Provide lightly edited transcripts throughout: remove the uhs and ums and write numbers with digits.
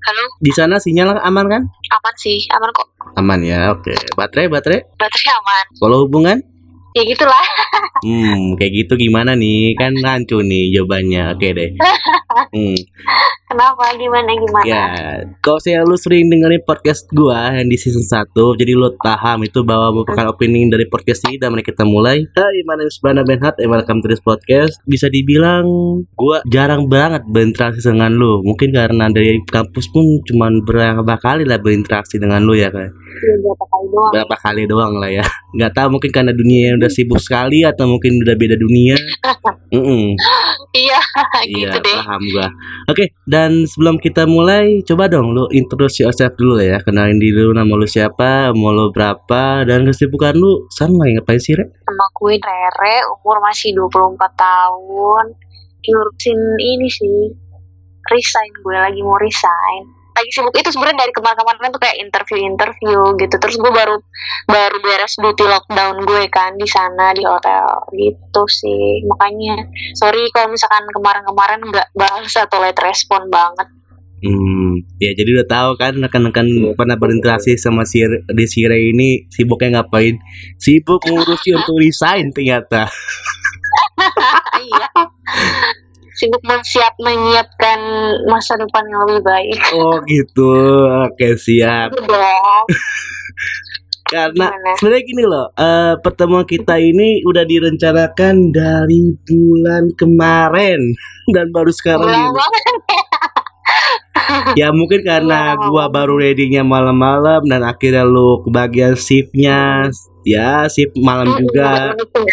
Halo, Di sana sinyal aman kan? aman sih, aman kok. Aman ya, oke. Baterai? Baterai aman. Kalau hubungan? Ya gitulah. Kayak gitu gimana nih? Kan rancu nih jawabannya. Oke deh. Kenapa? Gimana? Ya, kalau saya lu sering dengerin podcast gua yang di season 1, jadi lu paham itu bahwa merupakan opening dari podcast ini dan mari kita mulai. Hai, my name is Bana Benhat and welcome to this podcast. Bisa dibilang gua jarang banget berinteraksi dengan lu. Mungkin karena dari kampus pun cuman berapa kali lah berinteraksi dengan lu ya kan. Ya, Berapa kali doang lah ya. Nggak tahu mungkin karena dunia yang udah sibuk sekali atau mungkin udah beda dunia. Iya, Iya, gitu deh. paham gua. Oke, dan sebelum kita mulai, coba dong lu introduce yourself dulu ya. Kenalin diri lu, nama lu siapa, umur lu berapa, dan kesibukan lu sekarang lagi ngapain sih, Re? Nama gue Rere, umur masih 24 tahun. Ngurusin ini sih, gue lagi mau resign. Lagi sibuk itu sebenarnya dari kemarin-kemarin tuh kayak interview gitu. Terus gue baru beres duty lockdown gue kan di sana di hotel gitu sih. Makanya sorry kalau misalkan kemarin-kemarin nggak balas atau late respon banget. Ya jadi udah tahu kan rekan-rekan pernah berinteraksi sama si Ray ini sibuknya ngapain? Sibuk ngurusi untuk resign ternyata. Iya. Sibuk menyiapkan masa depan yang lebih baik. Oh gitu, oke siap. Karena sebenarnya gini loh, pertemuan kita ini udah direncanakan dari bulan kemarin dan baru sekarang ini. Ya mungkin karena gua baru ready-nya malam-malam dan akhirnya lu kebagian shift-nya. Ya, shift malam juga.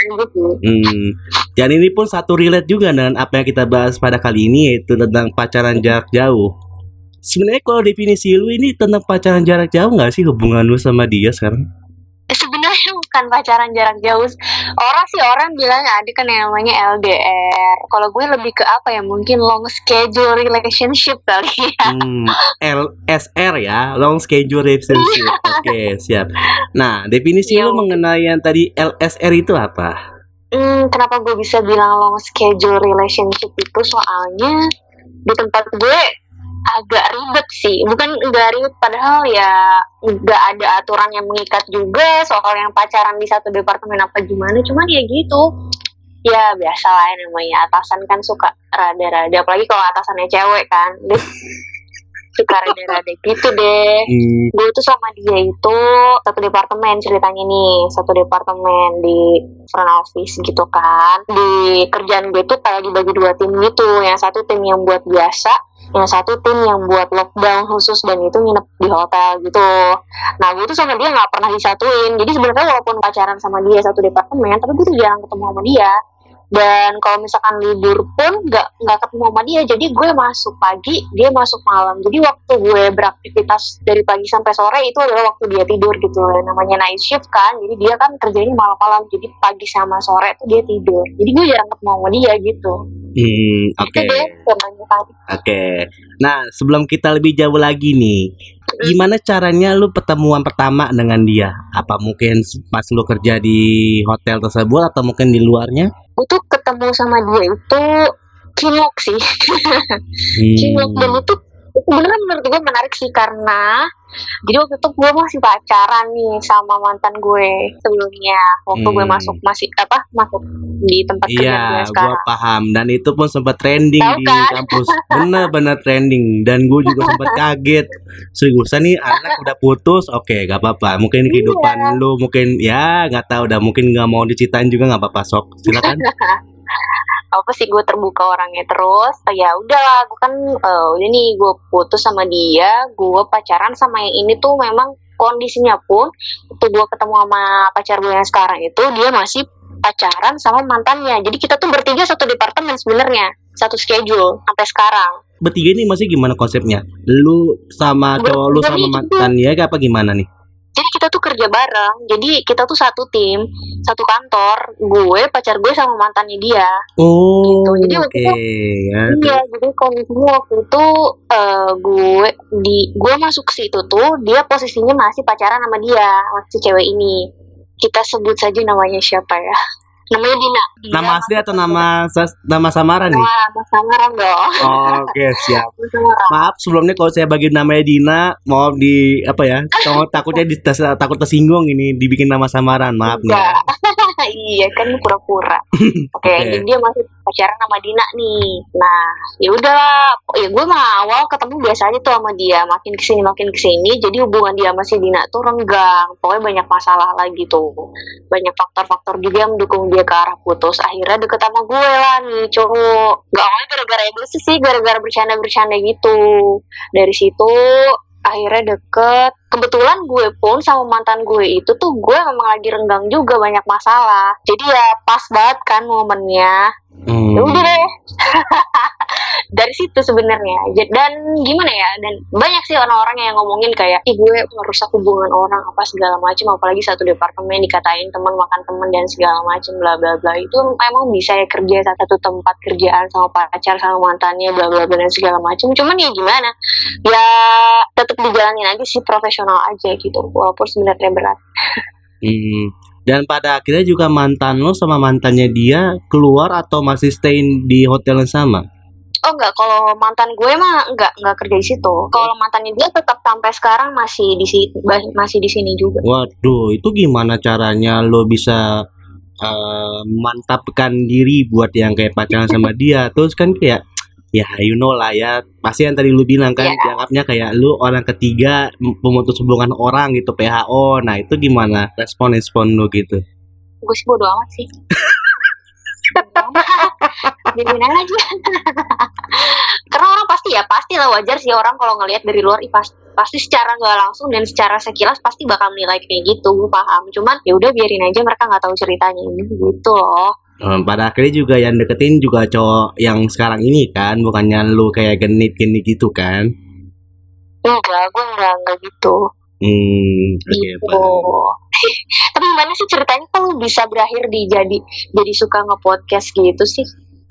Dan ini pun satu relate juga dengan apa yang kita bahas pada kali ini, yaitu tentang pacaran jarak jauh. Sebenarnya kalau definisi lu ini tentang pacaran jarak jauh nggak sih hubungan lu sama dia sekarang? Sebenarnya bukan pacaran jarak jauh. Orang bilang ada kan yang namanya LDR. Kalau gue lebih ke apa ya? Mungkin long schedule relationship kali ya. LSR ya, long schedule relationship. Oke, siap. Nah, definisi lu mengenai yang tadi LSR itu apa? Kenapa gue bisa bilang long schedule relationship itu? Soalnya di tempat gue agak ribet sih, bukan nggak ribet, padahal ya nggak ada aturan yang mengikat juga soal yang pacaran di satu departemen apa gimana, cuman ya gitu, ya biasa lah namanya atasan kan suka rada-rada, apalagi kalau atasannya cewek kan, suka rada-rada gitu deh. Gue tuh sama dia itu satu departemen ceritanya nih, satu departemen di front office gitu kan. Di kerjaan gue tuh kayak dibagi dua tim gitu, yang satu tim yang buat biasa, yang satu tim yang buat lockdown khusus dan itu nginep di hotel gitu. Nah gue tuh sama dia nggak pernah disatuin, jadi sebenarnya walaupun pacaran sama dia satu departemen, tapi gue tuh jarang ketemu sama dia. Dan kalau misalkan libur pun nggak ketemu sama dia, jadi gue masuk pagi, dia masuk malam. Jadi waktu gue beraktivitas dari pagi sampai sore itu adalah waktu dia tidur gitu. Namanya night shift kan, jadi dia kan kerjanya malam-malam. Jadi pagi sama sore itu dia tidur. Jadi gue jarang ketemu sama dia gitu. Oke. Nah, sebelum kita lebih jauh lagi nih, gimana caranya lu pertemuan pertama dengan dia? Apa mungkin pas lu kerja di hotel tersebut atau mungkin di luarnya? Gue tuh ketemu sama dia itu Kinok sih. Kinok, dan itu beneran menurut gue menarik sih, karena jadi waktu itu gue masih pacaran nih sama mantan gue sebelumnya, waktu gue masuk di tempat kerja gue sekarang. Gue paham, dan itu pun sempat trending di kampus, benar-benar trending, dan gue juga sempat kaget, seriusan nih anak udah putus. Oke, gak apa-apa, mungkin kehidupan lu mungkin ya nggak tahu, udah mungkin nggak mau diceritain juga nggak apa-apa, sok silakan. Apa sih, gue terbuka orangnya terus. Ya udahlah, gue kan udah nih gue putus sama dia, gue pacaran sama yang ini tuh memang kondisinya pun waktu gue ketemu sama pacar gue yang sekarang itu dia masih pacaran sama mantannya. Jadi kita tuh bertiga satu departemen sebenarnya, satu schedule sampai sekarang. Bertiga ini masih gimana konsepnya? Lu sama cowok lu sama mantannya apa gimana nih? Jadi kita tuh kerja bareng, jadi kita tuh satu tim, satu kantor, gue, pacar gue sama mantannya dia. Oh, gitu. Jadi waktu itu, iya, jadi kondisinya waktu itu gue masuk ke situ tuh, dia posisinya masih pacaran sama dia, si cewek ini. Kita sebut saja namanya siapa ya? Namanya Dina. Dia Nama asli atau masuk nama samaran nih? nama samaran dong. Oke, siap. Nama samaran. Maaf sebelumnya kalau saya bagi namanya Dina, mau di apa ya? Takutnya takut tersinggung ini dibikin nama samaran. Maaf nih. Enggak. Iya kan pura-pura. Oke, jadi dia masih pacaran sama Dina nih. Nah, ya udahlah. Ya gue mah awal ketemu biasa aja tuh sama dia. Makin kesini. Jadi hubungan dia sama si Dina tuh renggang. Pokoknya banyak masalah lagi tuh. Banyak faktor-faktor juga yang mendukung dia ke arah putus. Akhirnya deket sama gue lah nih cowok. Gak awalnya gara-gara emosi sih, gara-gara bercanda-bercanda gitu. Dari situ akhirnya deket. Kebetulan gue pun sama mantan gue itu tuh gue memang lagi renggang juga, banyak masalah. Jadi ya pas banget kan momennya. Ya udah deh. Dari situ sebenarnya. Dan gimana ya, dan banyak sih orang-orang yang ngomongin kayak ih gue merusak hubungan orang apa segala macam, apalagi satu departemen dikatain teman makan teman dan segala macam bla bla bla. Itu emang bisa ya kerja satu tempat kerjaan sama pacar sama mantannya bla bla bla dan segala macam. Cuman ya gimana, ya tetap dijalanin aja sih, profesional aja gitu walaupun sebenarnya berat. Dan pada akhirnya juga mantan lo sama mantannya dia keluar atau masih stay di hotel yang sama? Oh enggak, kalau mantan gue mah enggak kerja di situ. Kalau mantannya dia tetap sampai sekarang masih di sini juga. Waduh, itu gimana caranya lo bisa mantapkan diri buat yang kayak pacaran sama dia? Terus kan kayak ya you know lah ya, pasti yang tadi lu bilang kan dianggapnya kayak lu orang ketiga pemutus hubungan orang gitu, PHO. Nah itu gimana respon lu gitu? Gue sih bodo amat sih. Jadiin aja. Karena orang pasti lah wajar sih orang kalau ngelihat dari luar pasti secara nggak langsung dan secara sekilas pasti bakal menilai kayak gitu, gue paham. Cuman ya udah biarin aja, mereka nggak tahu ceritanya ini gitu loh. Pada akhirnya juga yang deketin juga cowok yang sekarang ini kan, bukannya lu kayak genit gitu kan? Enggak, gue enggak gitu. Gitu. Tapi gimana sih ceritanya kok lu bisa berakhir jadi suka nge-podcast gitu sih?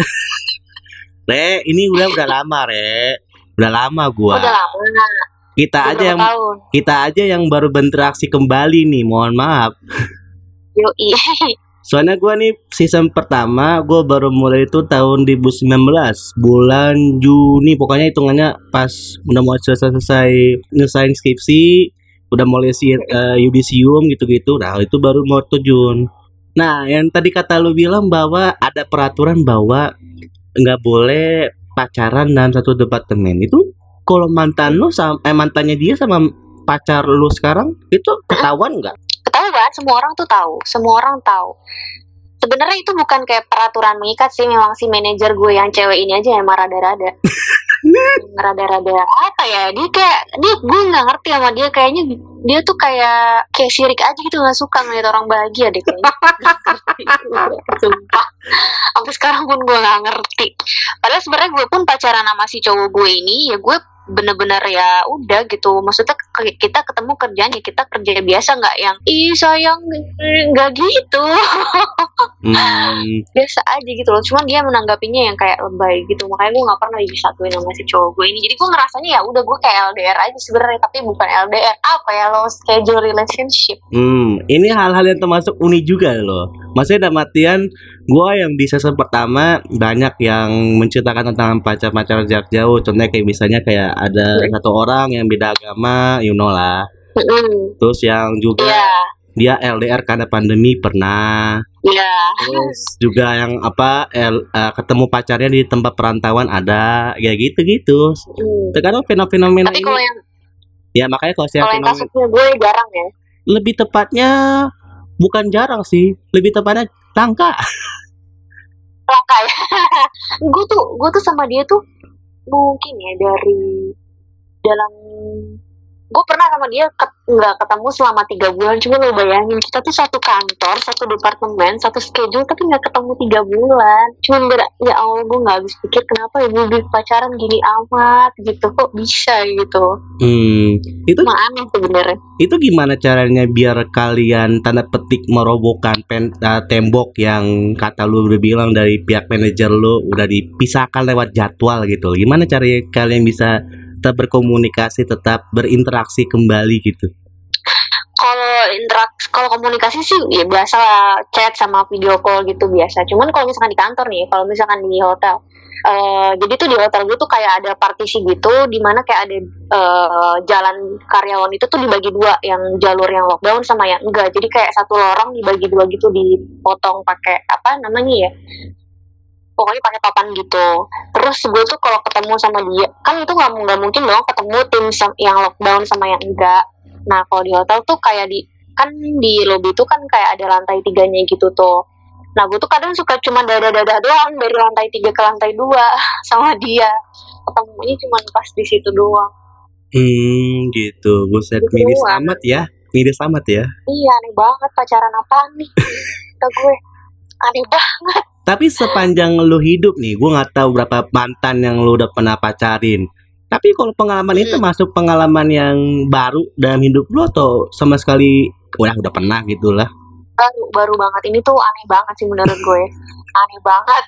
Re, ini udah lama, Re. Udah lama gua. Udah lama. Kita aja yang baru berinteraksi kembali nih, mohon maaf. Yoi. Soalnya gue nih season pertama gue baru mulai itu tahun 2019 bulan Juni, pokoknya hitungannya pas udah mau selesai nyelesain skripsi, udah mulai yudisium gitu-gitu. Nah itu baru mau terjun. Nah yang tadi kata lu bilang bahwa ada peraturan bahwa nggak boleh pacaran dalam satu departemen, itu kalau mantan lu mantannya dia sama pacar lu sekarang itu ketahuan nggak? Ketahuan, semua orang tahu. Sebenarnya itu bukan kayak peraturan mengikat sih, memang si manajer gue yang cewek ini aja yang rada-rada apa ya, dia gue nggak ngerti sama dia, kayaknya dia tuh kayak sirik aja gitu, nggak suka ngeliat orang bahagia deh kayaknya. Sumpah, sampai sekarang pun gue nggak ngerti. Padahal sebenarnya gue pun pacaran sama si cowok gue ini, ya gue bener-bener ya udah gitu, maksudnya kita ketemu kerjaan ya kita kerja biasa, nggak yang ih sayang, nggak gitu. Biasa aja gitu loh, cuman dia menanggapinya yang kayak lebay gitu, makanya gue nggak pernah disatuin sama si cowok gue ini. Jadi gue ngerasanya ya udah gue kayak LDR aja sebenarnya, tapi bukan LDR, apa ya, low schedule relationship. Ini hal-hal yang termasuk unik juga loh, maksudnya dalam artian gue yang di season pertama banyak yang menceritakan tentang pacar-pacar jarak jauh, contohnya kayak misalnya kayak ada satu orang yang beda agama, you know lah. Terus yang juga dia LDR karena pandemi pernah. Terus juga yang ketemu pacarnya di tempat perantauan ada, ya gitu-gitu. Terkadang fenomena tapi ini. Kalau yang ya makanya kalau yang kasusnya gue jarang ya. Lebih tepatnya bukan jarang sih, lebih tepatnya langka ya. gue tuh sama dia tuh mungkin ya dari dalam, gue pernah sama dia nggak ketemu selama 3 bulan. Cuma lo bayangin, kita tuh satu kantor, satu departemen, satu schedule, tapi nggak ketemu 3 bulan. Cuman ya Allah, gue nggak habis pikir kenapa ibu pacaran gini amat gitu, kok bisa gitu. Itu aneh sebenarnya. Itu gimana caranya biar kalian tanda petik merobohkan tembok yang kata lu udah bilang dari pihak manajer lu udah dipisahkan lewat jadwal gitu? Gimana caranya kalian bisa tetap berkomunikasi, tetap berinteraksi kembali gitu? Kalau berinteraksi. Kalau komunikasi sih ya biasa lah, chat sama video call gitu biasa. Cuman kalau misalkan di kantor nih, kalau misalkan di hotel, jadi tuh di hotel gue tuh kayak ada partisi gitu, di mana kayak ada jalan karyawan itu tuh dibagi dua, yang jalur yang lockdown sama yang enggak. Jadi kayak satu lorong dibagi dua gitu, dipotong pakai apa namanya ya, pokoknya pakai papan gitu. Terus gue tuh kalau ketemu sama dia, kan itu nggak mungkin dong ketemu tim yang lockdown sama yang enggak. Nah kalau di hotel tuh kayak kan di lobby tuh kan kayak ada lantai 3-nya gitu tuh. Nah gue tuh kadang suka cuma dadah-dadah doang dari lantai 3 ke lantai 2 sama dia. Ketemunya cuma pas di situ doang. Gitu. Buset, Gitu miris doang. amat ya. Miris amat ya. Iya aneh banget, pacaran apaan nih? Kata gue aneh banget. Tapi sepanjang lu hidup nih, gue nggak tahu berapa mantan yang lu udah pernah pacarin. Tapi kalau pengalaman itu masuk pengalaman yang baru dalam hidup lu atau sama sekali udah pernah gitulah? Baru banget. Ini tuh aneh banget sih menurut gue. Aneh banget.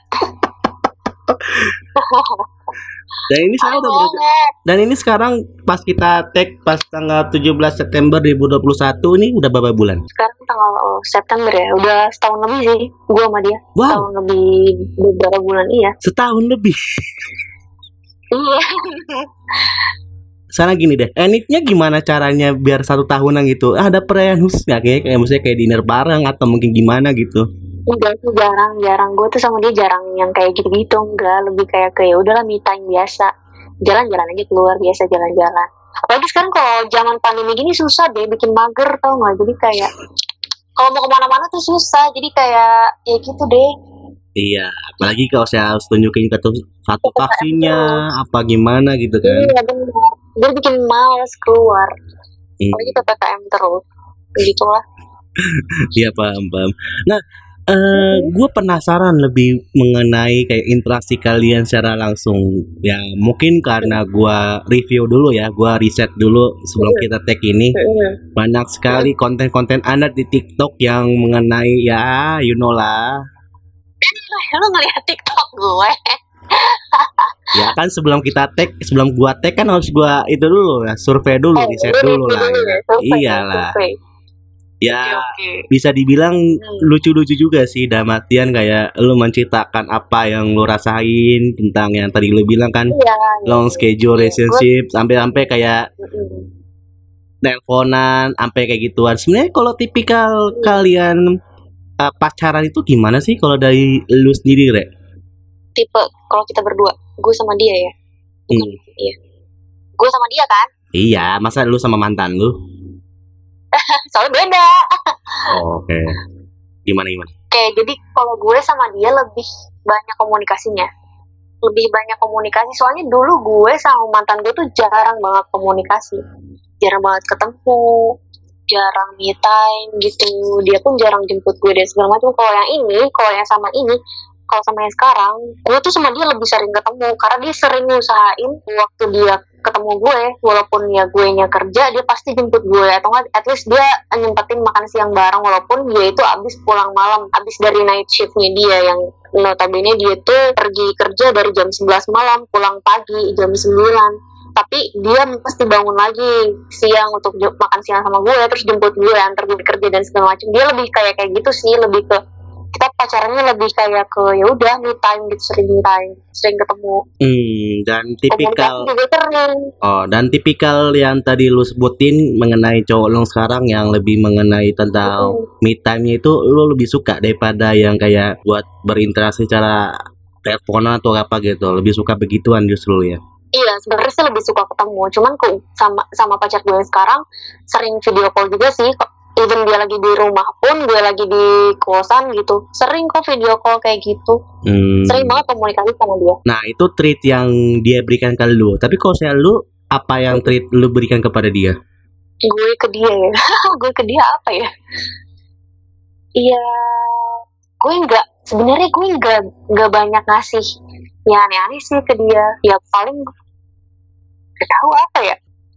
Dan ini sekarang pas kita tag pas tanggal 17 September 2021 ini udah berapa bulan? Sekarang tanggal September ya, udah setahun lebih sih gue sama dia. Wow. Setahun lebih beberapa bulan, iya. Setahun lebih. Iya. Sana gini deh, enaknya gimana caranya biar 1 tahunan gitu? Ada perayaan khusus nggak kayak maksudnya kayak dinner bareng atau mungkin gimana gitu? Enggak sih, jarang. Gue tuh sama dia jarang yang kayak gitu-gitu, enggak. Lebih kayak udahlah me time biasa. Jalan-jalan aja keluar, biasa jalan-jalan. Apalagi sekarang kalau zaman pandemi gini susah deh, bikin mager tau nggak? Jadi kayak kalau mau kemana-mana tuh susah. Jadi kayak ya gitu deh. Iya, apalagi kalau saya harus tunjukin satu vaksinnya apa gimana gitu kan. Iya benar. Jadi bikin males keluar. Apalagi PPKM terus. Begitulah. Iya paham. Nah, gue penasaran lebih mengenai kayak interaksi kalian secara langsung. Ya mungkin karena gue review dulu ya, gue riset dulu sebelum kita tag ini. Banyak sekali konten-konten Anda di TikTok yang mengenai ya, you know lah. Lu ngeliat TikTok gue? Ya kan sebelum gua tag kan harus gua itu dulu ya, survei dulu, riset dulu lah. Iyalah. Ya okay. Bisa dibilang lucu-lucu juga sih, dalam artian kayak lu menceritakan apa yang lu rasain tentang yang tadi lu bilang kan, long schedule relationship sampai kayak teleponan sampai kayak gituan. Sebenarnya kalau tipikal kalian pacaran itu gimana sih kalau dari lu sendiri, Re? Tipe kalau kita berdua, gue sama dia ya. Iya. Gue sama dia kan? Iya, masa lu sama mantan lu? Soalnya beda. Oke. Gimana? Oke, jadi kalau gue sama dia lebih banyak komunikasinya. Soalnya dulu gue sama mantan gue tuh jarang banget komunikasi. Jarang banget ketemu, jarang me time gitu. Dia pun jarang jemput gue dan segala macam. Kalau yang sama yang sekarang, gue tuh sama dia lebih sering ketemu karena dia sering ngusahain waktu dia ketemu gue, walaupun ya gue nya kerja, dia pasti jemput gue atau nggak, at least dia nyempetin makan siang bareng walaupun dia itu abis pulang malam, abis dari night shiftnya dia yang notabene dia tuh pergi kerja dari jam 11 malam, pulang pagi jam 9. Tapi dia pasti bangun lagi siang untuk makan siang sama gue, terus jemput gue, antar gue kerja dan segala macam. Dia lebih kayak gitu sih, lebih ke kita pacarannya lebih kayak ke ya udah me time gitu, sering ketemu. Dan tipikal yang tadi lu sebutin mengenai cowok lu sekarang yang lebih mengenai tentang me time-nya itu lu lebih suka daripada yang kayak buat berinteraksi secara teleponan atau apa gitu. Lebih suka begituan justru ya. Iya, sebenarnya sih lebih suka ketemu. Cuman sama pacar gue sekarang sering video call juga sih. Even dia lagi di rumah pun, gue lagi di kosan gitu, sering kok video call kayak gitu. Sering banget komunikasi sama dia. Nah itu treat yang dia berikan ke lu. Tapi kalau saya lu, apa yang treat lu berikan kepada dia? Gue ke dia ya. Gue ke dia apa ya? Iya, sebenarnya gue nggak banyak ngasih ya aneh-aneh sih ke dia. Ya paling gak tahu apa ya.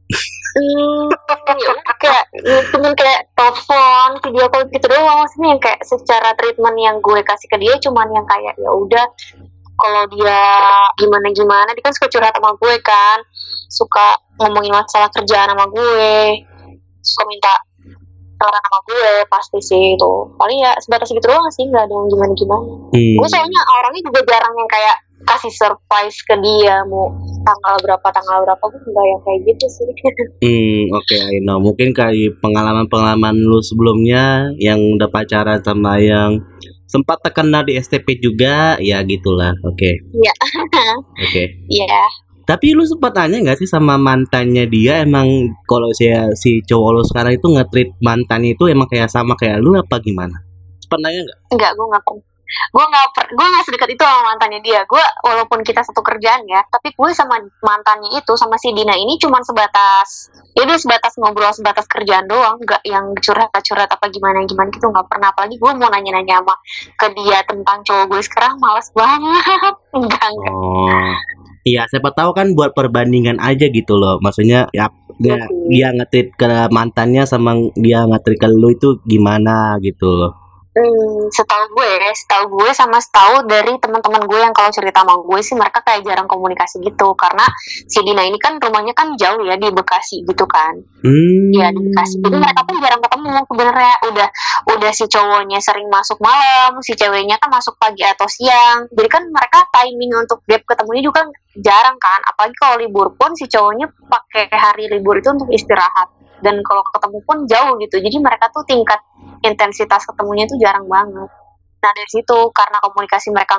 Kayak telepon, video call gitu doang. Maksudnya yang kayak secara treatment yang gue kasih ke dia cuman yang kayak ya udah, kalau dia gimana dia kan suka curhat sama gue kan, suka ngomongin masalah kerjaan sama gue, suka minta saran sama gue pasti sih itu. Paling ya sebatas gitu doang sih, nggak ada yang gimana-gimana. Gue soalnya orangnya juga jarang yang kayak kasih surprise ke dia mau tanggal berapa gue enggak yang kayak gitu sih. Oke, I know. Mungkin kayak pengalaman lu sebelumnya yang udah pacaran sama yang sempat terkena di STP juga, ya gitulah. Oke. Iya. Oke. Iya. Tapi lu sempat tanya nggak sih sama mantannya dia, emang kalau si cowok lu sekarang itu nge-treat mantannya itu emang kayak sama kayak lu apa gimana? Sempat nanya nggak? Enggak, gue nggak sedekat itu sama mantannya dia. Gue walaupun kita satu kerjaan ya, tapi gue sama mantannya itu sama si Dina ini cuman sebatas ngobrol, sebatas kerjaan doang, nggak yang curhat apa gimana gitu, nggak pernah. Apalagi gue mau nanya sama ke dia tentang cowok gue sekarang, malas banget. Enggak. Oh, iya, siapa tahu kan buat perbandingan aja gitu loh. Maksudnya ya dia nge-treat ke mantannya sama dia nge-treat ke lu itu gimana gitu loh. Setahu gue sama setahu dari teman-teman gue yang kalau cerita sama gue sih mereka kayak jarang komunikasi gitu, karena si Dina ini kan rumahnya kan jauh ya di Bekasi gitu kan. Ya di Bekasi, jadi mereka pun jarang ketemu sebenarnya. Udah si cowoknya sering masuk malam, si ceweknya kan masuk pagi atau siang, jadi kan mereka timing untuk gap ketemunya juga jarang kan. Apalagi kalau libur pun si cowoknya pakai hari libur itu untuk istirahat, dan kalau ketemu pun jauh gitu. Jadi mereka tuh tingkat intensitas ketemunya itu jarang banget. Nah dari situ, karena komunikasi mereka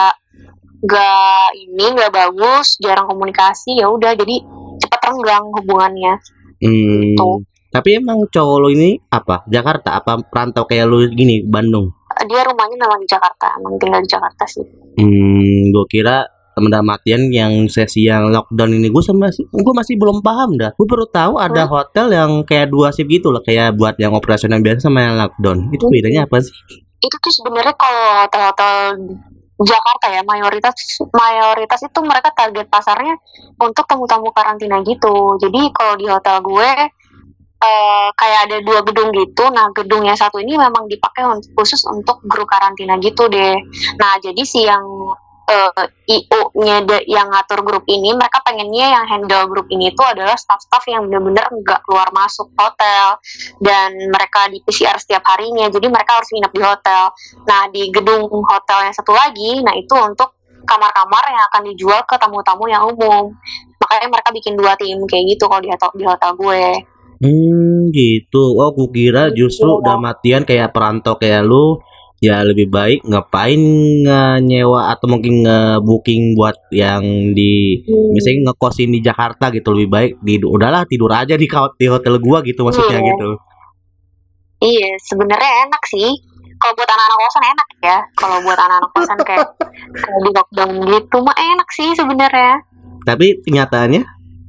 nggak bagus, jarang komunikasi, ya udah jadi cepat renggang hubungannya. Gitu. Tapi emang cowok lo ini apa? Jakarta apa perantau kayak lu gini, Bandung? Dia rumahnya memang di Jakarta, emang tinggal di Jakarta sih. Gue kira teman matian yang sesi yang lockdown ini gue masih belum paham dah. Gue baru tahu ada hotel yang kayak 2 shift gitu loh, kayak buat yang operasional biasa sama yang lockdown. Itu bedanya apa sih? Itu tuh sebenarnya kalau hotel-hotel Jakarta ya, mayoritas itu mereka target pasarnya untuk tamu-tamu karantina gitu. Jadi kalau di hotel gue kayak ada 2 gedung gitu. Nah gedung yang satu ini memang dipakai khusus untuk grup karantina gitu deh. Nah jadi si yang IO-nya yang ngatur grup ini, mereka pengennya yang handle grup ini itu adalah staff-staff yang benar-benar nggak keluar masuk hotel, dan mereka di PCR setiap harinya, jadi mereka harus nginep di hotel. Nah di gedung hotel yang satu lagi, nah itu untuk kamar-kamar yang akan dijual ke tamu-tamu yang umum. Makanya mereka bikin 2 tim kayak gitu kalau di hotel gue. Gitu. Oh, gue kira justru udah matian kayak perantau kayak lu, ya lebih baik ngapain nyewa atau mungkin nge-booking buat yang di misalnya ngekosin di Jakarta gitu, lebih baik udahlah tidur aja di hotel gua gitu maksudnya gitu. Iya, sebenarnya enak sih. Kalau buat anak-anak kosan enak ya. Kalau buat anak-anak kosan kayak di lockdown gitu mah enak sih sebenarnya. Tapi kenyataannya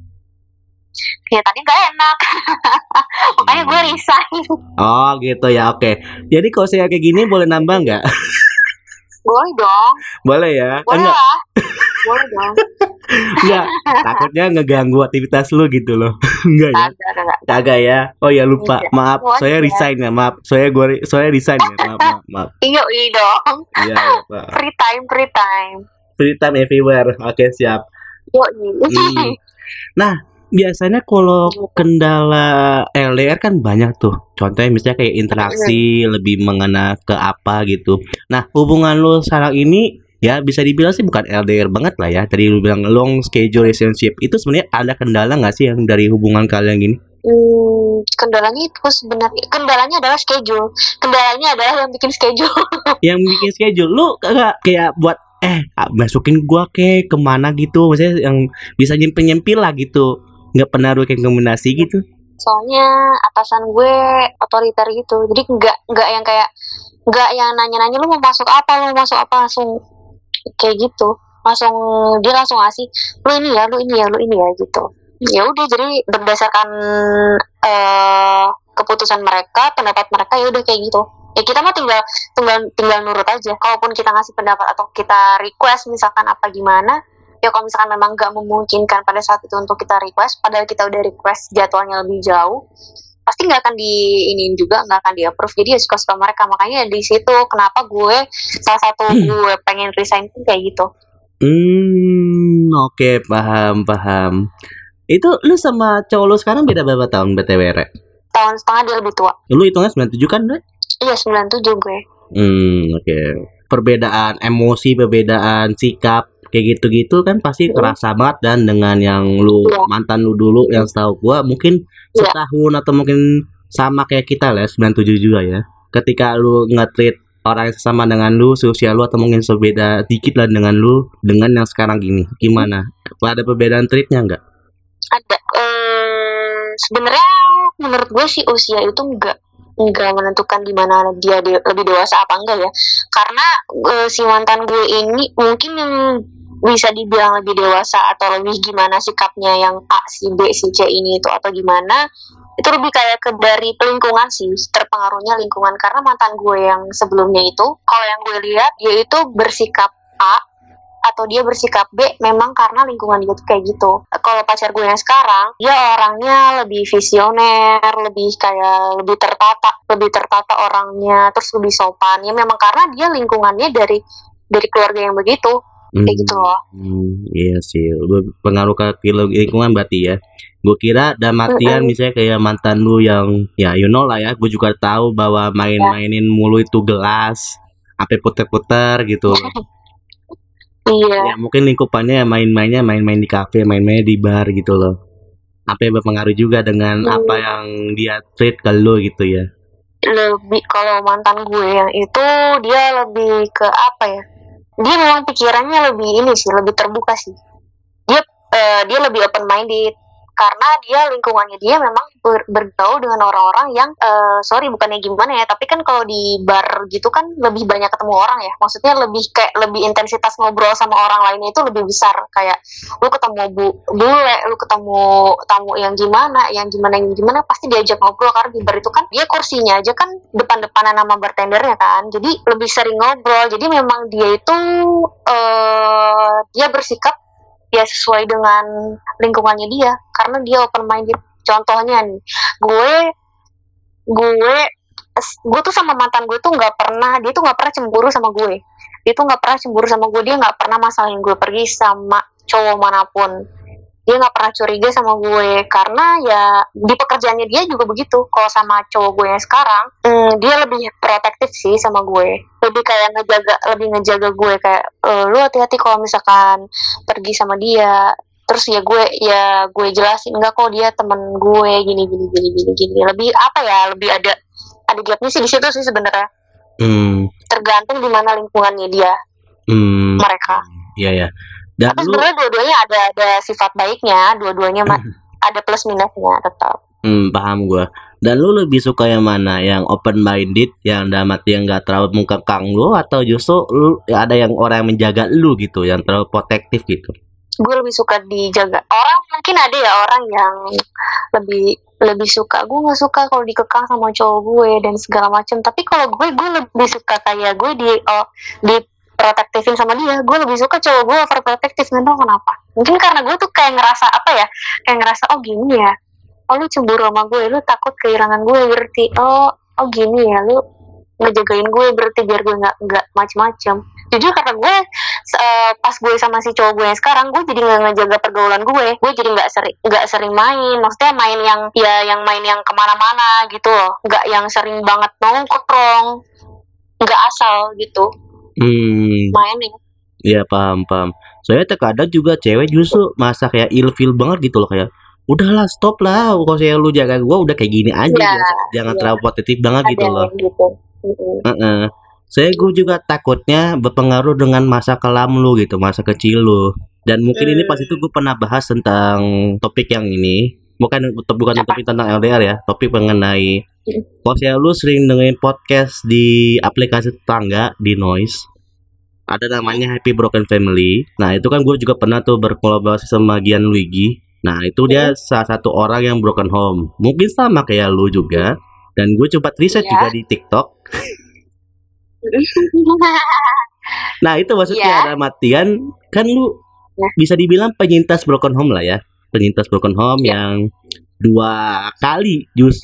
gak enak. Makanya gue resign. Oh gitu ya, oke. Jadi kalau saya kayak gini boleh nambah nggak? Boleh dong. Boleh ya? Boleh lah. Boleh dong. Enggak, takutnya ngeganggu aktivitas lu gitu loh. Enggak ya? Kagak ya? Oh ya lupa, maaf, saya resign ya, maaf. Saya resign ya, maaf. Iya dong. Iya, free time. Free time everywhere. Oke, siap. Nah, biasanya kalau kendala LDR kan banyak tuh. Contohnya misalnya kayak interaksi lebih mengena ke apa gitu. Nah, hubungan lu sekarang ini ya bisa dibilang sih bukan LDR banget lah ya. Tadi lu bilang long schedule relationship. Itu sebenarnya ada kendala nggak sih yang dari hubungan kalian gini? Kendalanya itu sebenarnya adalah schedule. Kendalanya adalah yang bikin schedule. Yang bikin schedule lu kayak buat masukin gua kemana gitu, maksudnya yang bisa nyempil lah gitu. Nggak pernah rekomendasi gitu. Soalnya atasan gue otoriter gitu, jadi nggak yang nanya-nanya lu mau masuk apa langsung kayak gitu, dia langsung ngasih lu ini ya gitu. Ya udah, jadi berdasarkan keputusan mereka, pendapat mereka, ya udah kayak gitu. Ya kita mah tinggal nurut aja. Kalaupun kita ngasih pendapat atau kita request misalkan apa gimana, ya kalau misalkan memang nggak memungkinkan pada saat itu untuk kita request, padahal kita udah request jadwalnya lebih jauh, pasti nggak akan nggak akan di approve. Jadi ya suka-suka mereka. Makanya di situ kenapa gue salah satu gue pengen resign pun kayak gitu. Oke, paham. Itu lu sama cowok lu sekarang beda berapa tahun BTW? tahun setengah dia lebih tua. Lu hitungnya 97 kan, Dre? Iya 97 gue. Oke. Perbedaan emosi, perbedaan sikap kayak gitu-gitu kan pasti kerasa banget. Dan dengan yang lu mantan lu dulu yang setahu gua mungkin setahun atau mungkin sama kayak kita lah 97 juga ya. Ketika lu nge-treat orang yang sama dengan lu, seusia lu atau mungkin sebeda dikit lah dengan lu, dengan yang sekarang gini, gimana? Ada perbedaan treatnya nggak? Ada. Sebenarnya menurut gue sih usia itu enggak menentukan di mana dia lebih dewasa apa enggak ya. Karena si mantan gue ini mungkin yang bisa dibilang lebih dewasa atau lebih gimana sikapnya yang A, si B, si C ini itu atau gimana, itu lebih kayak ke dari lingkungan sih, terpengaruhnya lingkungan. Karena mantan gue yang sebelumnya itu, kalau yang gue lihat dia itu bersikap A atau dia bersikap B memang karena lingkungan dia tuh kayak gitu. Kalau pacar gue yang sekarang, dia orangnya lebih visioner, lebih tertata orangnya, terus lebih sopan. Ya memang karena dia lingkungannya dari keluarga yang begitu. Kayak gitu loh. Iya sih, pengaruh ke lingkungan berarti ya. Gue kira damatian misalnya kayak mantan lu yang ya you know lah ya, gue juga tahu bahwa mainin mulu itu gelas sampai puter-puter gitu. Iya. Ya mungkin lingkupannya main-main di kafe, main-main di bar gitu loh. Apa yang berpengaruh juga dengan apa yang dia treat ke lu gitu ya. Lebih kalau mantan gue yang itu dia lebih ke apa ya? Dia memang pikirannya lebih ini sih, lebih terbuka sih. Dia lebih open minded karena dia lingkungannya dia memang bergaul dengan orang-orang yang bukannya gimana ya, tapi kan kalau di bar gitu kan lebih banyak ketemu orang ya. Maksudnya lebih intensitas ngobrol sama orang lainnya itu lebih besar. Kayak lu ketemu bule, lu ketemu tamu yang gimana pasti diajak ngobrol karena di bar itu kan dia kursinya aja kan depan-depanan sama bartendernya kan. Jadi lebih sering ngobrol. Jadi memang dia itu dia bersikap ya sesuai dengan lingkungannya dia karena dia open minded. Contohnya nih, gue tuh sama mantan gue tuh nggak pernah cemburu sama gue. Dia nggak pernah masalahin gue pergi sama cowok manapun. Dia nggak pernah curiga sama gue karena ya di pekerjaannya dia juga begitu. Kalau sama cowok gue yang sekarang, dia lebih protektif sih sama gue, lebih kayak ngejaga gue kayak lu hati-hati kalau misalkan pergi sama dia. Terus ya gue jelasin enggak kok dia temen gue gini. Lebih apa ya, lebih ada gapnya sih di situ sih sebenarnya. Tergantung di mana lingkungannya dia. Mereka. Iya ya. Dan tapi sebenarnya dua-duanya ada sifat baiknya, dua-duanya ada plus minusnya tetap. Paham gue. Dan lu lebih suka yang mana? Yang open minded, yang dalam arti yang nggak terlalu mengkekang lu, atau justru lu ada yang orang yang menjaga lu gitu, yang terlalu protektif gitu? Gue lebih suka dijaga. Orang mungkin ada ya orang yang lebih suka. Gue nggak suka kalau dikekang sama cowok gue dan segala macam. Tapi kalau gue lebih suka kayak gue di protektifin sama dia. Gue lebih suka cowok gue overprotektif, nggak tahu kenapa. Mungkin karena gue tuh kayak ngerasa oh gini ya, oh lu cemburu sama gue, lu takut kehilangan gue berarti, oh gini ya, lu ngejagain gue berarti biar gue nggak macem-macem. Jujur kata gue pas gue sama si cowok gue yang sekarang, gue jadi nggak ngejaga pergaulan gue jadi nggak sering main. Maksudnya main yang kemana-mana gitu loh, nggak yang sering banget nongkrong, nggak asal gitu. Mainin. Iya paham. Soalnya terkadang juga cewek justru masa kayak ilfil banget gitu loh, kayak udahlah stop lah, kalau saya lu jaga gue udah kayak gini aja, jangan terlalu positif banget gitu loh. Saya gue juga takutnya berpengaruh dengan masa kelam lu gitu, masa kecil lu. Dan mungkin ini pas itu gue pernah bahas tentang topik yang ini, bukan topik tentang LDR ya, topik mengenai kalau saya lu sering dengerin podcast di aplikasi tetangga di Noise, ada namanya Happy Broken Family. Nah itu kan gue juga pernah tuh berkolaborasi sama Gian Luigi. Nah itu dia salah satu orang yang broken home, mungkin sama kayak lu juga. Dan gue coba riset juga di TikTok. Nah itu maksudnya ada matian kan lu bisa dibilang penyintas broken home lah ya, penyintas broken home yang 2 kali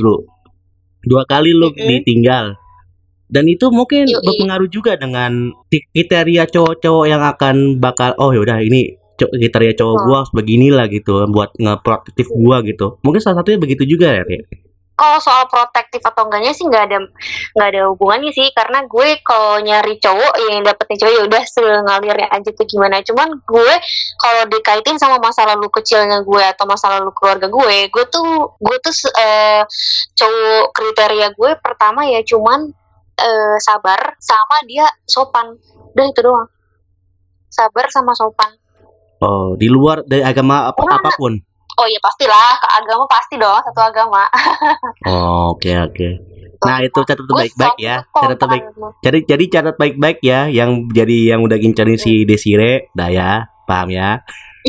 lu ditinggal. Dan itu mungkin berpengaruh juga dengan kriteria cowok-cowok yang akan bakal yaudah ini kriteria cowok gua harus beginilah gitu buat ngeprotektif gua gitu. Mungkin salah satunya begitu juga ya. kalau soal protektif atau enggaknya sih nggak ada hubungannya sih, karena gue kalau nyari cowok yang dapetin cowok ya udah sengalirnya aja tuh gimana. Cuman gue kalau dikaitin sama masa lalu kecilnya gue atau masa lalu keluarga gue tuh cowok kriteria gue pertama ya cuman sabar sama dia sopan, udah itu doang, sabar sama sopan. Oh, di luar dari agama apapun. Oh iya pastilah, ke agama pasti dong, satu agama. Oh, oke. Nah, itu catat baik-baik ya. Catat baik. Jadi catat baik-baik ya yang udah gincarin si Desire, dah ya. Paham ya?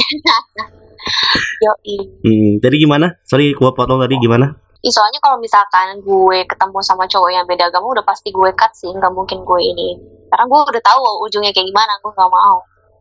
Yoi. Jadi gimana? Sorry, gua potong tadi gimana? Soalnya kalau misalkan gue ketemu sama cowok yang beda agama udah pasti gue cut sih, nggak mungkin gue ini. Karena gue udah tahu ujungnya kayak gimana, gue nggak mau.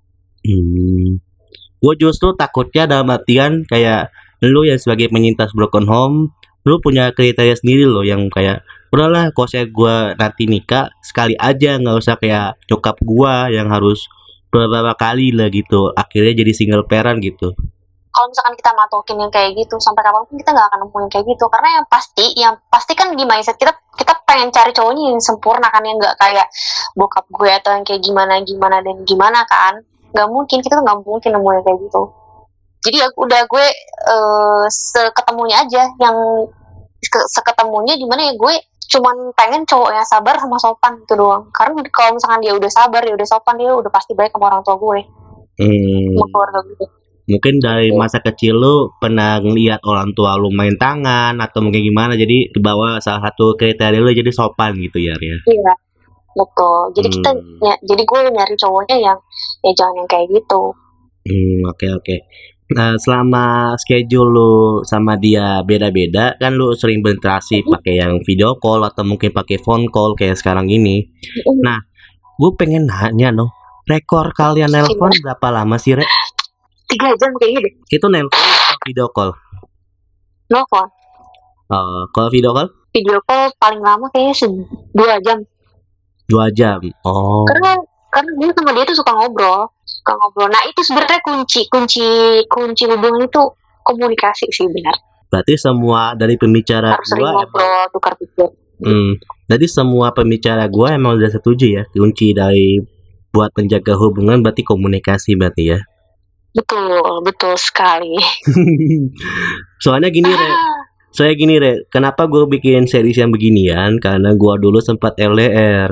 Gue justru takutnya dalam artian kayak lu yang sebagai penyintas broken home, lu punya kriteria sendiri lo yang kayak udahlah kalau saya gue nanti nikah sekali aja, nggak usah kayak nyokap gue yang harus beberapa kali lah gitu, akhirnya jadi single parent gitu. Kalau misalkan kita matokin yang kayak gitu sampai kapanpun kita nggak akan nemuin kayak gitu, karena yang pasti kan di mindset kita pengen cari cowoknya yang sempurna kan, yang nggak kayak bokap gue atau yang kayak gimana kan. Nggak mungkin, kita tuh nggak mungkin nemuin kayak gitu. Jadi ya udah gue seketemunya aja, yang seketemunya dimana ya gue cuman pengen cowok yang sabar sama sopan itu doang. Karena kalau misalkan dia udah sabar, dia udah sopan, dia udah pasti baik sama orang tua gue, sama keluarga gue. Mungkin dari masa kecil lu pernah ngeliat orang tua lu main tangan atau mungkin gimana, jadi kebawa salah satu kriteria lu jadi sopan gitu ya. Iya. Betul. Jadi jadi gue nyari cowoknya yang ya jangan yang kayak gitu. Oke. Nah, selama schedule lu sama dia beda-beda, kan lu sering berinteraksi pakai yang video call atau mungkin pakai phone call kayak sekarang ini. Nah, gue pengen nanya rekor kalian nelpon berapa lama sih, Re? 3 jam kayaknya deh. Itu nelpon atau video call? Nelpon. Kalau video call? Video call paling lama kayaknya 2 jam. 2 jam. Oh. Karena gue sama dia tuh suka ngobrol. Nah itu sebenarnya kunci hubungan itu komunikasi sih, benar. Berarti semua dari pembicara harus sering ngobrol, tukar pikir. Jadi semua pembicara gue emang udah setuju ya, kunci dari buat menjaga hubungan berarti komunikasi berarti ya. Betul sekali. Soalnya gini Re, kenapa gue bikin series yang beginian? Karena gue dulu sempat LDR.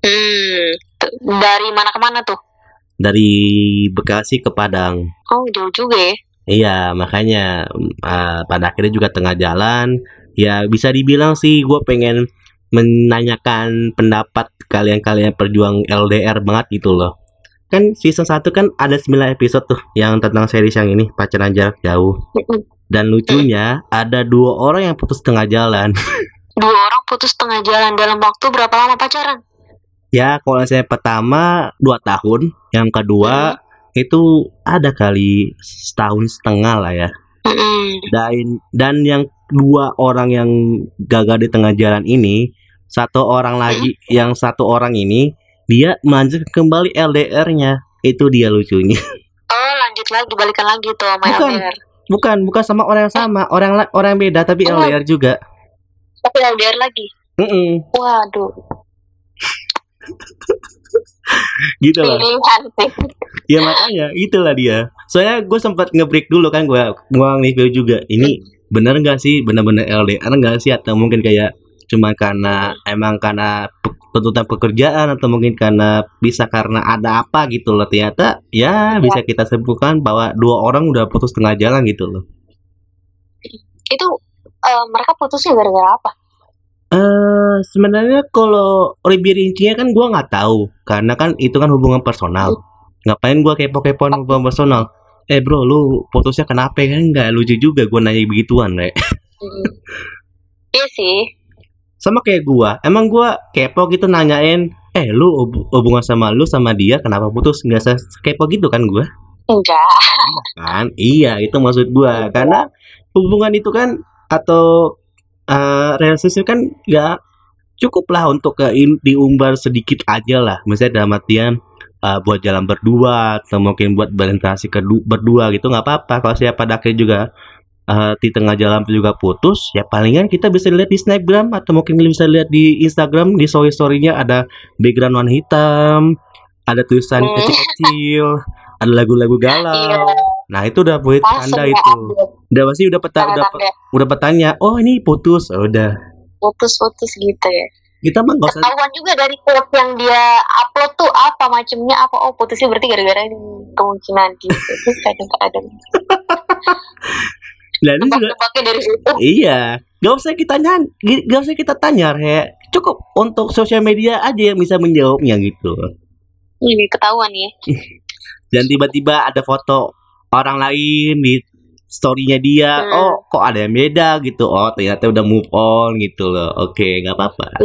Dari mana ke mana tuh? Dari Bekasi ke Padang. Oh, jauh juga ya? Iya, makanya pada akhirnya juga tengah jalan. Ya bisa dibilang sih gue pengen menanyakan pendapat kalian perjuang LDR banget gitu loh. Kan season 1 kan ada 9 episode tuh yang tentang series yang ini, pacaran jarak jauh. Dan lucunya ada 2 orang yang putus tengah jalan. 2 orang putus tengah jalan dalam waktu berapa lama pacaran? Ya, kalau saya pertama 2 tahun, yang kedua itu ada kali 1,5 tahun lah ya. Dan yang 2 orang yang gagal di tengah jalan ini, 1 orang lagi, yang 1 orang ini dia melanjutkan kembali LDR-nya. Itu dia lucunya. Oh, lanjut lagi, balikan lagi tuh sama LDR. Bukan sama orang yang sama, orang beda tapi LDR juga. Tapi LDR lagi. Waduh. Gitu lah. Ya makanya itulah dia. Soalnya gue sempat nge-break dulu kan, gue nge-review juga. Ini bener nggak sih, benar-benar LDR nggak sih, atau mungkin kayak cuma karena tuntutan pekerjaan, atau mungkin bisa karena ada apa gitu loh. Ternyata ya bisa kita simpulkan bahwa 2 orang udah putus tengah jalan gitu loh. Itu mereka putusnya gara-gara apa? Sebenarnya kalau lebih rincinya kan gue nggak tahu, karena kan itu kan hubungan personal. Ngapain gue kepo-kepoan hubungan personal? Bro, lu putusnya kenapa? Kan nggak lucu juga gue nanya begituan, Re. Iya sih. Sama kayak gue, emang gue kepo gitu nanyain, lu hubungan sama lu sama dia kenapa putus? Nggak kepo gitu kan gue? Enggak. Kan? Iya, itu maksud gue. Karena hubungan itu kan atau relasi kan nggak cukup lah untuk diumbar sedikit aja lah. Misalnya dalam artian buat jalan berdua atau mungkin buat berinteraksi berdua gitu nggak apa-apa. Kalau saya pada akhirnya juga di tengah jalan juga putus, ya palingan kita bisa lihat di Snapgram atau mungkin bisa lihat di Instagram di story-storynya ada background warna hitam, ada tulisan kecil-kecil, ada lagu-lagu galau. Nah itu udah buat tanda itu. Udah pasti udah petanya. Oh ini putus, udah. Putus gitu ya. Kita mah nggak usah. Ketahuan juga dari quote yang dia upload tuh apa macamnya apa. Oh putusnya berarti gara-gara ini kemungkinan gitu. Kadang-kadang. Dan juga dari situ. Iya, gak usah kita tanya, ya. Cukup untuk sosial media aja yang bisa menjawabnya gitu. Ini ketahuan ya. Dan tiba-tiba ada foto orang lain di story-nya dia, oh kok ada yang beda gitu, oh ternyata udah move on gitu loh. Oke, nggak apa-apa.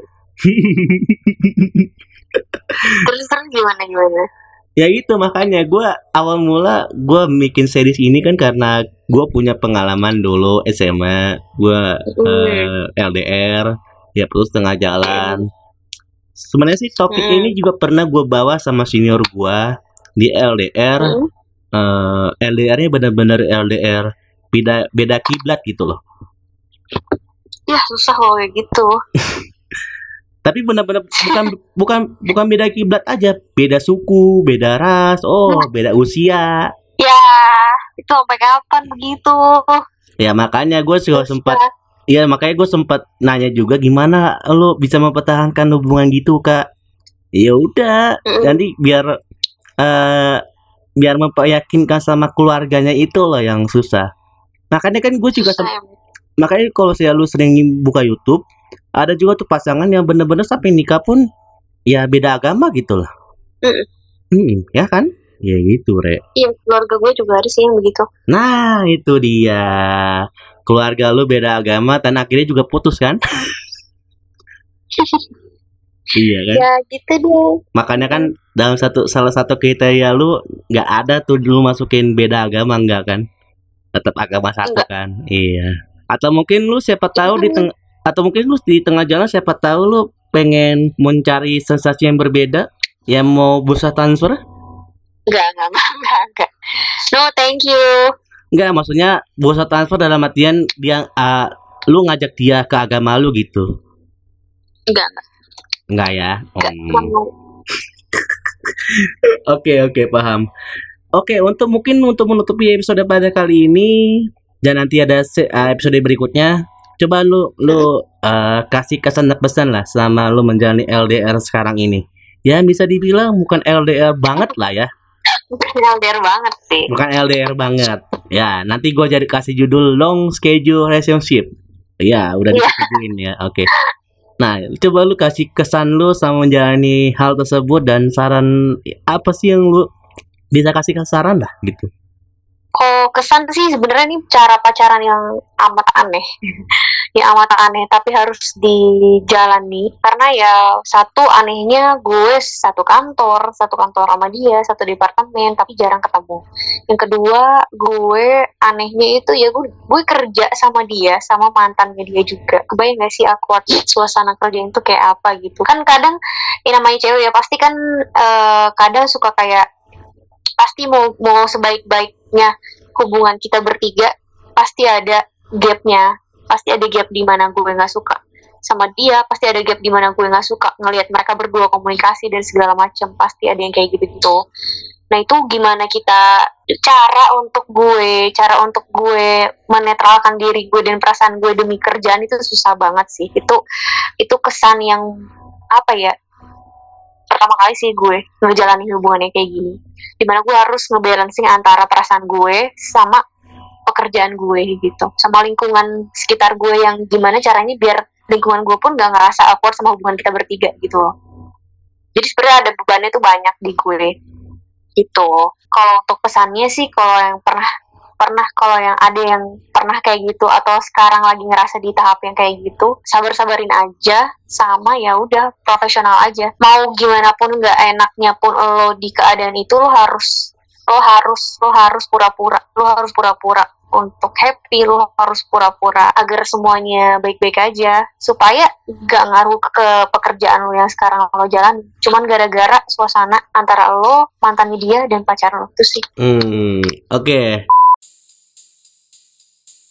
Terus gimana? Ya itu makanya gue awal mula gue bikin series ini kan karena gue punya pengalaman dulu SMA, gue LDR, ya terus tengah jalan. Sebenarnya sih topik ini juga pernah gue bawa sama senior gue di LDR. LDR-nya benar-benar LDR beda kiblat gitu loh. Ya susah loh kayak gitu. Tapi benar-benar bukan beda kiblat aja, beda suku, beda ras, beda usia. Ya itu sampai kapan begitu? Ya makanya gue juga sempat nanya juga gimana lo bisa mempertahankan hubungan gitu kak. Ya udah, nanti biar memperyakinkan sama keluarganya itu loh yang susah. Makanya kan gue juga makanya kalau saya lu sering buka YouTube, ada juga tuh pasangan yang bener-bener sampai nikah pun ya beda agama gitu loh. Ya kan? Ya gitu, Re. Iya, keluarga gue juga ada sih yang begitu. Nah, itu dia. Keluarga lu beda agama dan akhirnya juga putus kan? Iya kan? Ya gitu deh. Makanya kan dalam salah satu kriteria lu nggak ada tuh dulu masukin beda agama enggak kan? Tetap agama satu kan? Iya. Atau mungkin lu di tengah jalan siapa tahu lu pengen mencari sensasi yang berbeda, yang mau bursa transfer? Enggak. No, thank you. Enggak, maksudnya bursa transfer dalam artian dia lu ngajak dia ke agama lu gitu. Enggak ya. Oke, paham. Oke, untuk menutupi episode pada kali ini dan nanti ada episode berikutnya, coba lu kasih kesan dan pesan lah selama lu menjalani LDR sekarang ini. Ya bisa dibilang bukan LDR banget lah ya. Bukan LDR banget sih. Bukan LDR banget. Ya, nanti gue jadi kasih judul Long Schedule Relationship. Ya, udah disetujuin ya. Oke. Nah, coba lu kasih kesan lu sama menjalani hal tersebut dan saran apa sih yang lu bisa kasih saran lah gitu. Oh, kesan sih sebenarnya ini cara pacaran yang amat aneh. Tapi harus dijalani karena ya satu anehnya gue satu kantor sama dia, satu departemen tapi jarang ketemu. Yang kedua gue anehnya itu ya gue kerja sama dia sama mantannya dia juga. Kebayang gak sih awkward suasana kerja itu kayak apa gitu kan? Kadang namanya cewek ya pasti kan kadang suka kayak pasti mau sebaik-baiknya hubungan kita bertiga pasti ada gapnya. Pasti ada gap di mana gue nggak suka sama dia, pasti ada gap di mana gue nggak suka ngelihat mereka berdua komunikasi dan segala macam, pasti ada yang kayak gitu. Nah itu gimana cara untuk gue menetralkan diri gue dan perasaan gue demi kerjaan itu susah banget sih. Itu kesan yang apa ya? Pertama kali sih gue ngejalanin hubungannya kayak gini, dimana gue harus ngebalancing antara perasaan gue sama pekerjaan gue gitu, sama lingkungan sekitar gue yang gimana caranya biar lingkungan gue pun gak ngerasa awkward sama hubungan kita bertiga gitu loh. Jadi sebenarnya ada bebannya tuh banyak di gue gitu. Kalau untuk pesannya sih, kalau yang kalau yang ada yang pernah kayak gitu atau sekarang lagi ngerasa di tahap yang kayak gitu, sabarin aja, sama ya udah profesional aja. Mau gimana pun nggak enaknya pun lo di keadaan itu lo harus pura-pura untuk happy, lo harus pura-pura agar semuanya baik-baik aja supaya gak ngaruh ke pekerjaan lo yang sekarang lo jalan cuman gara-gara suasana antara lo, mantannya dia dan pacar lo. Itu sih. Oke.